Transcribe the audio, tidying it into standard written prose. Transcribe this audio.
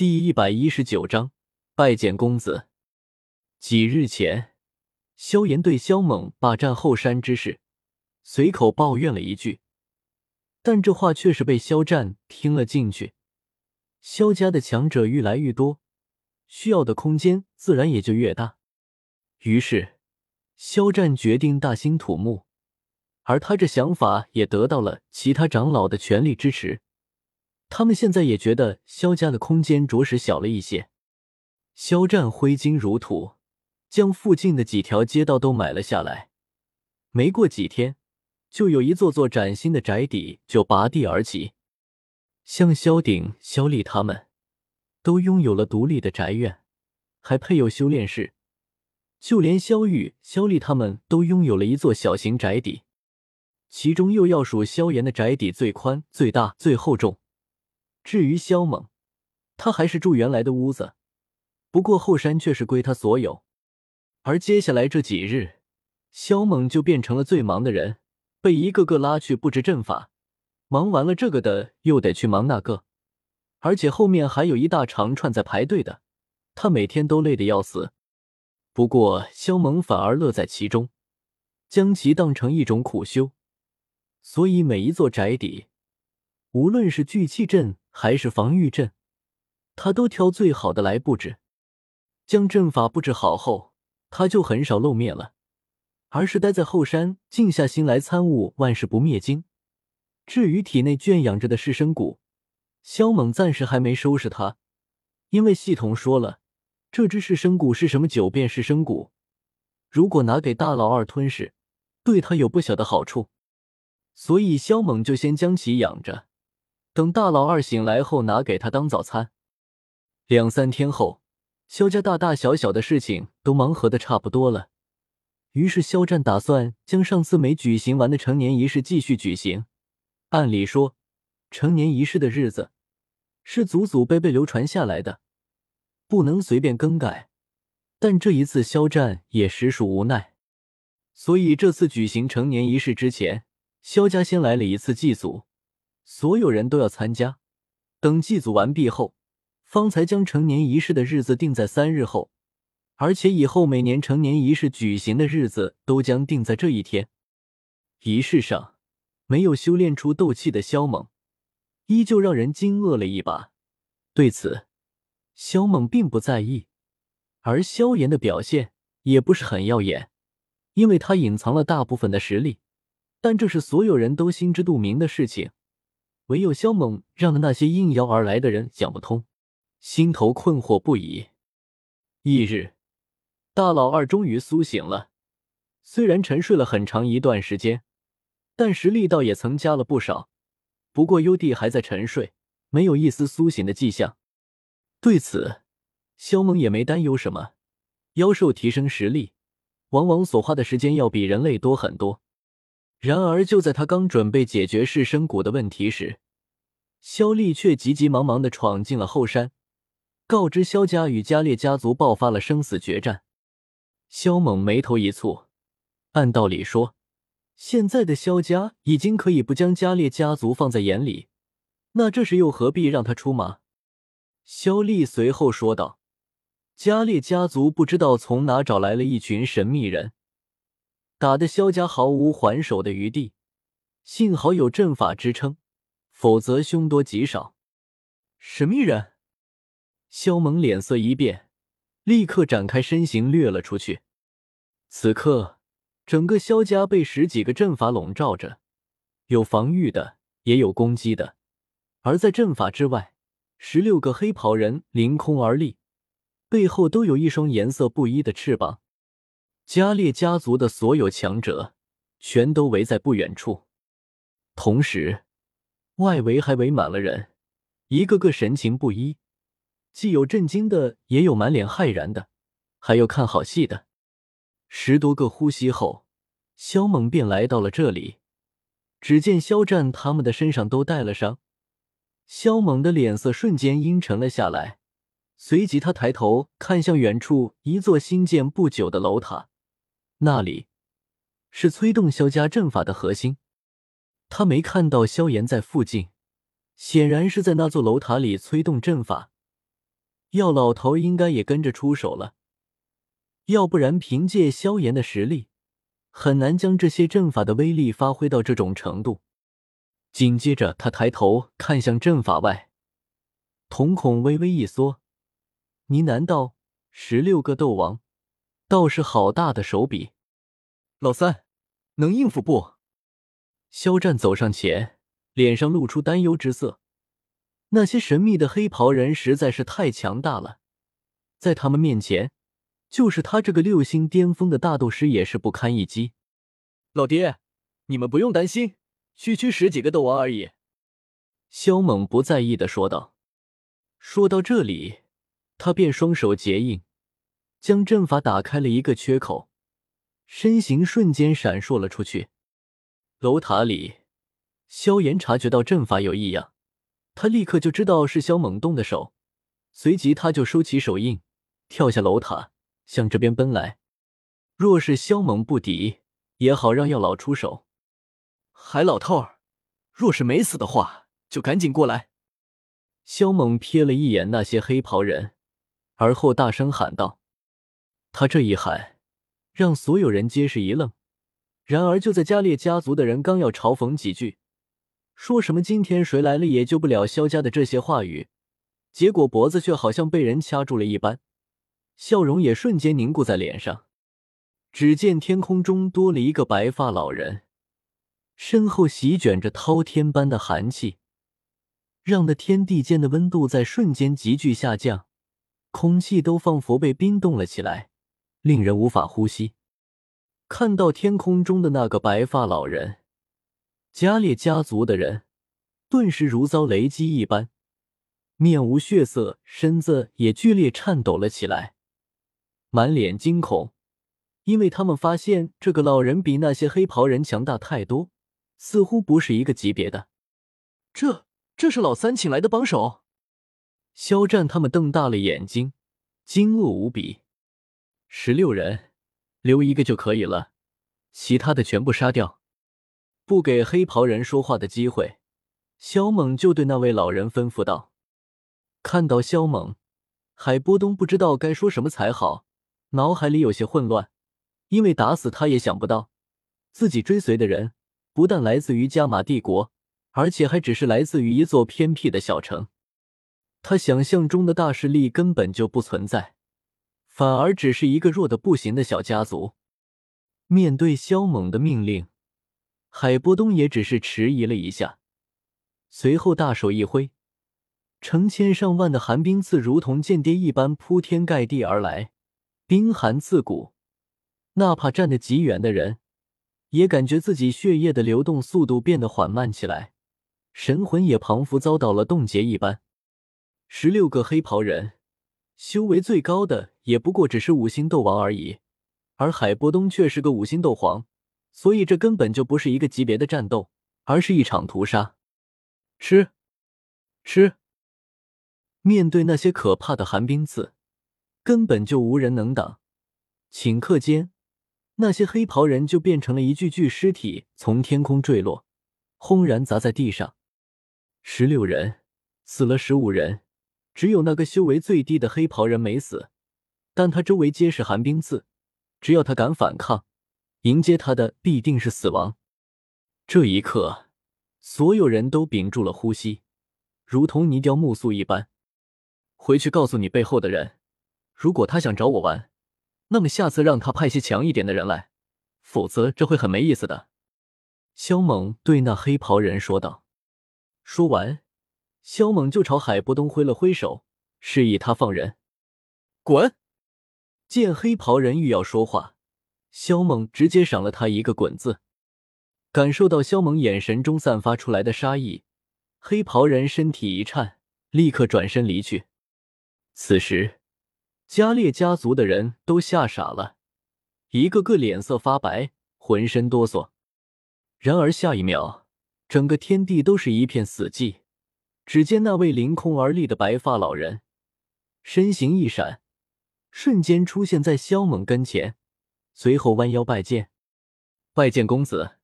第119章拜见公子。几日前，萧炎对萧猛霸占后山之事随口抱怨了一句，但这话却是被萧战听了进去。萧家的强者愈来愈多，需要的空间自然也就越大。于是萧战决定大兴土木，而他这想法也得到了其他长老的全力支持。他们现在也觉得萧家的空间着实小了一些。萧战挥金如土，将附近的几条街道都买了下来。没过几天，就有一座座崭新的宅邸就拔地而起。像萧鼎、萧丽他们都拥有了独立的宅院，还配有修炼室。就连萧玉、萧丽他们都拥有了一座小型宅邸，其中又要数萧炎的宅邸最宽、最大、最厚重。至于萧猛，他还是住原来的屋子，不过后山却是归他所有。而接下来这几日，萧猛就变成了最忙的人，被一个个拉去布置阵法，忙完了这个的又得去忙那个，而且后面还有一大长串在排队的，他每天都累得要死。不过萧猛反而乐在其中，将其当成一种苦修，所以每一座宅邸，无论是聚气阵还是防御阵，他都挑最好的来布置。将阵法布置好后，他就很少露面了，而是待在后山静下心来参悟万事不灭经。至于体内圈养着的噬生骨，萧猛暂时还没收拾它，因为系统说了，这只噬生骨是什么9变噬生骨，如果拿给大老二吞噬，对他有不小的好处，所以萧猛就先将其养着，等大老二醒来后拿给他当早餐。2、3天后，萧家大大小小的事情都忙合得差不多了，于是萧战打算将上次没举行完的成年仪式继续举行。按理说，成年仪式的日子是祖祖辈辈流传下来的，不能随便更改，但这一次萧战也实属无奈，所以这次举行成年仪式之前，萧家先来了一次祭祖，所有人都要参加。等祭祖完毕后，方才将成年仪式的日子定在3日后，而且以后每年成年仪式举行的日子都将定在这一天。仪式上，没有修炼出斗气的萧猛，依旧让人惊愕了一把。对此，萧猛并不在意，而萧炎的表现也不是很耀眼，因为他隐藏了大部分的实力，但这是所有人都心知肚明的事情，唯有萧猛让的那些应邀而来的人想不通，心头困惑不已。翌日，大老二终于苏醒了，虽然沉睡了很长一段时间，但实力倒也曾加了不少。不过幽帝还在沉睡，没有一丝苏醒的迹象。对此，萧猛也没担忧什么，妖兽提升实力，往往所花的时间要比人类多很多。然而就在他刚准备解决噬生骨的问题时，萧丽却急急忙忙地闯进了后山，告知萧家与加列家族爆发了生死决战。萧猛眉头一蹙，按道理说，现在的萧家已经可以不将加列家族放在眼里，那这时又何必让他出马？萧丽随后说道，加列家族不知道从哪找来了一群神秘人，打得萧家毫无还手的余地，幸好有阵法支撑，否则凶多吉少。神秘人？萧猛脸色一变，立刻展开身形掠了出去。此刻整个萧家被10几个阵法笼罩着，有防御的，也有攻击的，而在阵法之外，16个黑袍人凌空而立，背后都有一双颜色不一的翅膀。加列家族的所有强者全都围在不远处，同时外围还围满了人，一个个神情不一，既有震惊的，也有满脸骇然的，还有看好戏的。10多个呼吸后，萧猛便来到了这里。只见萧战他们的身上都带了伤，萧猛的脸色瞬间阴沉了下来，随即他抬头看向远处一座新建不久的楼塔，那里是催动萧家阵法的核心。他没看到萧炎在附近，显然是在那座楼塔里催动阵法， 药老头应该也跟着出手了，要不然凭借萧炎的实力，很难将这些阵法的威力发挥到这种程度。紧接着他抬头看向阵法外，瞳孔微微一缩，呢喃道：“16个斗王，倒是好大的手笔。 老三，能应付不？” 肖战走上前，脸上露出担忧之色。那些神秘的黑袍人实在是太强大了，在他们面前，就是他这个6星巅峰的大斗师也是不堪一击。 老爹，你们不用担心，区区10几个斗王而已。 萧猛不在意地说道。说到这里，他便双手结印，将阵法打开了一个缺口，身形瞬间闪烁了出去。楼塔里，萧炎察觉到阵法有异样，他立刻就知道是萧猛动的手，随即他就收起手印，跳下楼塔，向这边奔来。若是萧猛不敌，也好让药老出手。 海老头儿，若是没死的话，就赶紧过来。 萧猛瞥了一眼那些黑袍人，而后大声喊道。他这一喊，让所有人皆是一愣。然而就在加列家族的人刚要嘲讽几句，说什么今天谁来了也救不了萧家的这些话语，结果脖子却好像被人掐住了一般，笑容也瞬间凝固在脸上。只见天空中多了一个白发老人，身后席卷着滔天般的寒气，让得天地间的温度在瞬间急剧下降，空气都仿佛被冰冻了起来，令人无法呼吸。看到天空中的那个白发老人，加列家族的人顿时如遭雷击一般，面无血色，身子也剧烈颤抖了起来，满脸惊恐，因为他们发现这个老人比那些黑袍人强大太多，似乎不是一个级别的。 这是老三请来的帮手？ 肖战他们瞪大了眼睛，惊愕无比。16人，留一个就可以了，其他的全部杀掉。不给黑袍人说话的机会，萧猛就对那位老人吩咐道。看到萧猛，海波东不知道该说什么才好，脑海里有些混乱，因为打死他也想不到，自己追随的人不但来自于加玛帝国，而且还只是来自于一座偏僻的小城。他想象中的大势力根本就不存在，反而只是一个弱得不行的小家族。面对萧猛的命令，海波东也只是迟疑了一下，随后大手一挥，成千上万的寒冰刺如同间谍一般铺天盖地而来，冰寒刺骨，哪怕站得极远的人也感觉自己血液的流动速度变得缓慢起来，神魂也仿佛遭到了冻结一般。16个黑袍人，修为最高的也不过只是5星斗王而已，而海波东却是个5星斗皇，所以这根本就不是一个级别的战斗，而是一场屠杀。吃！面对那些可怕的寒冰刺，根本就无人能挡。顷刻间，那些黑袍人就变成了一具具尸体从天空坠落，轰然砸在地上。16人，死了15人，只有那个修为最低的黑袍人没死，但他周围皆是寒冰刺，只要他敢反抗，迎接他的必定是死亡。这一刻，所有人都屏住了呼吸，如同泥雕木塑一般。回去告诉你背后的人，如果他想找我玩，那么下次让他派些强一点的人来，否则这会很没意思的。萧猛对那黑袍人说道。说完，萧猛就朝海波东挥了挥手，示意他放人。 滚！ 见黑袍人欲要说话，萧猛直接赏了他一个滚字。感受到萧猛眼神中散发出来的杀意，黑袍人身体一颤，立刻转身离去。此时，加列家族的人都吓傻了，一个个脸色发白，浑身哆嗦。然而下一秒，整个天地都是一片死寂。只见那位凌空而立的白发老人，身形一闪，瞬间出现在萧猛跟前，随后弯腰拜见。拜见公子。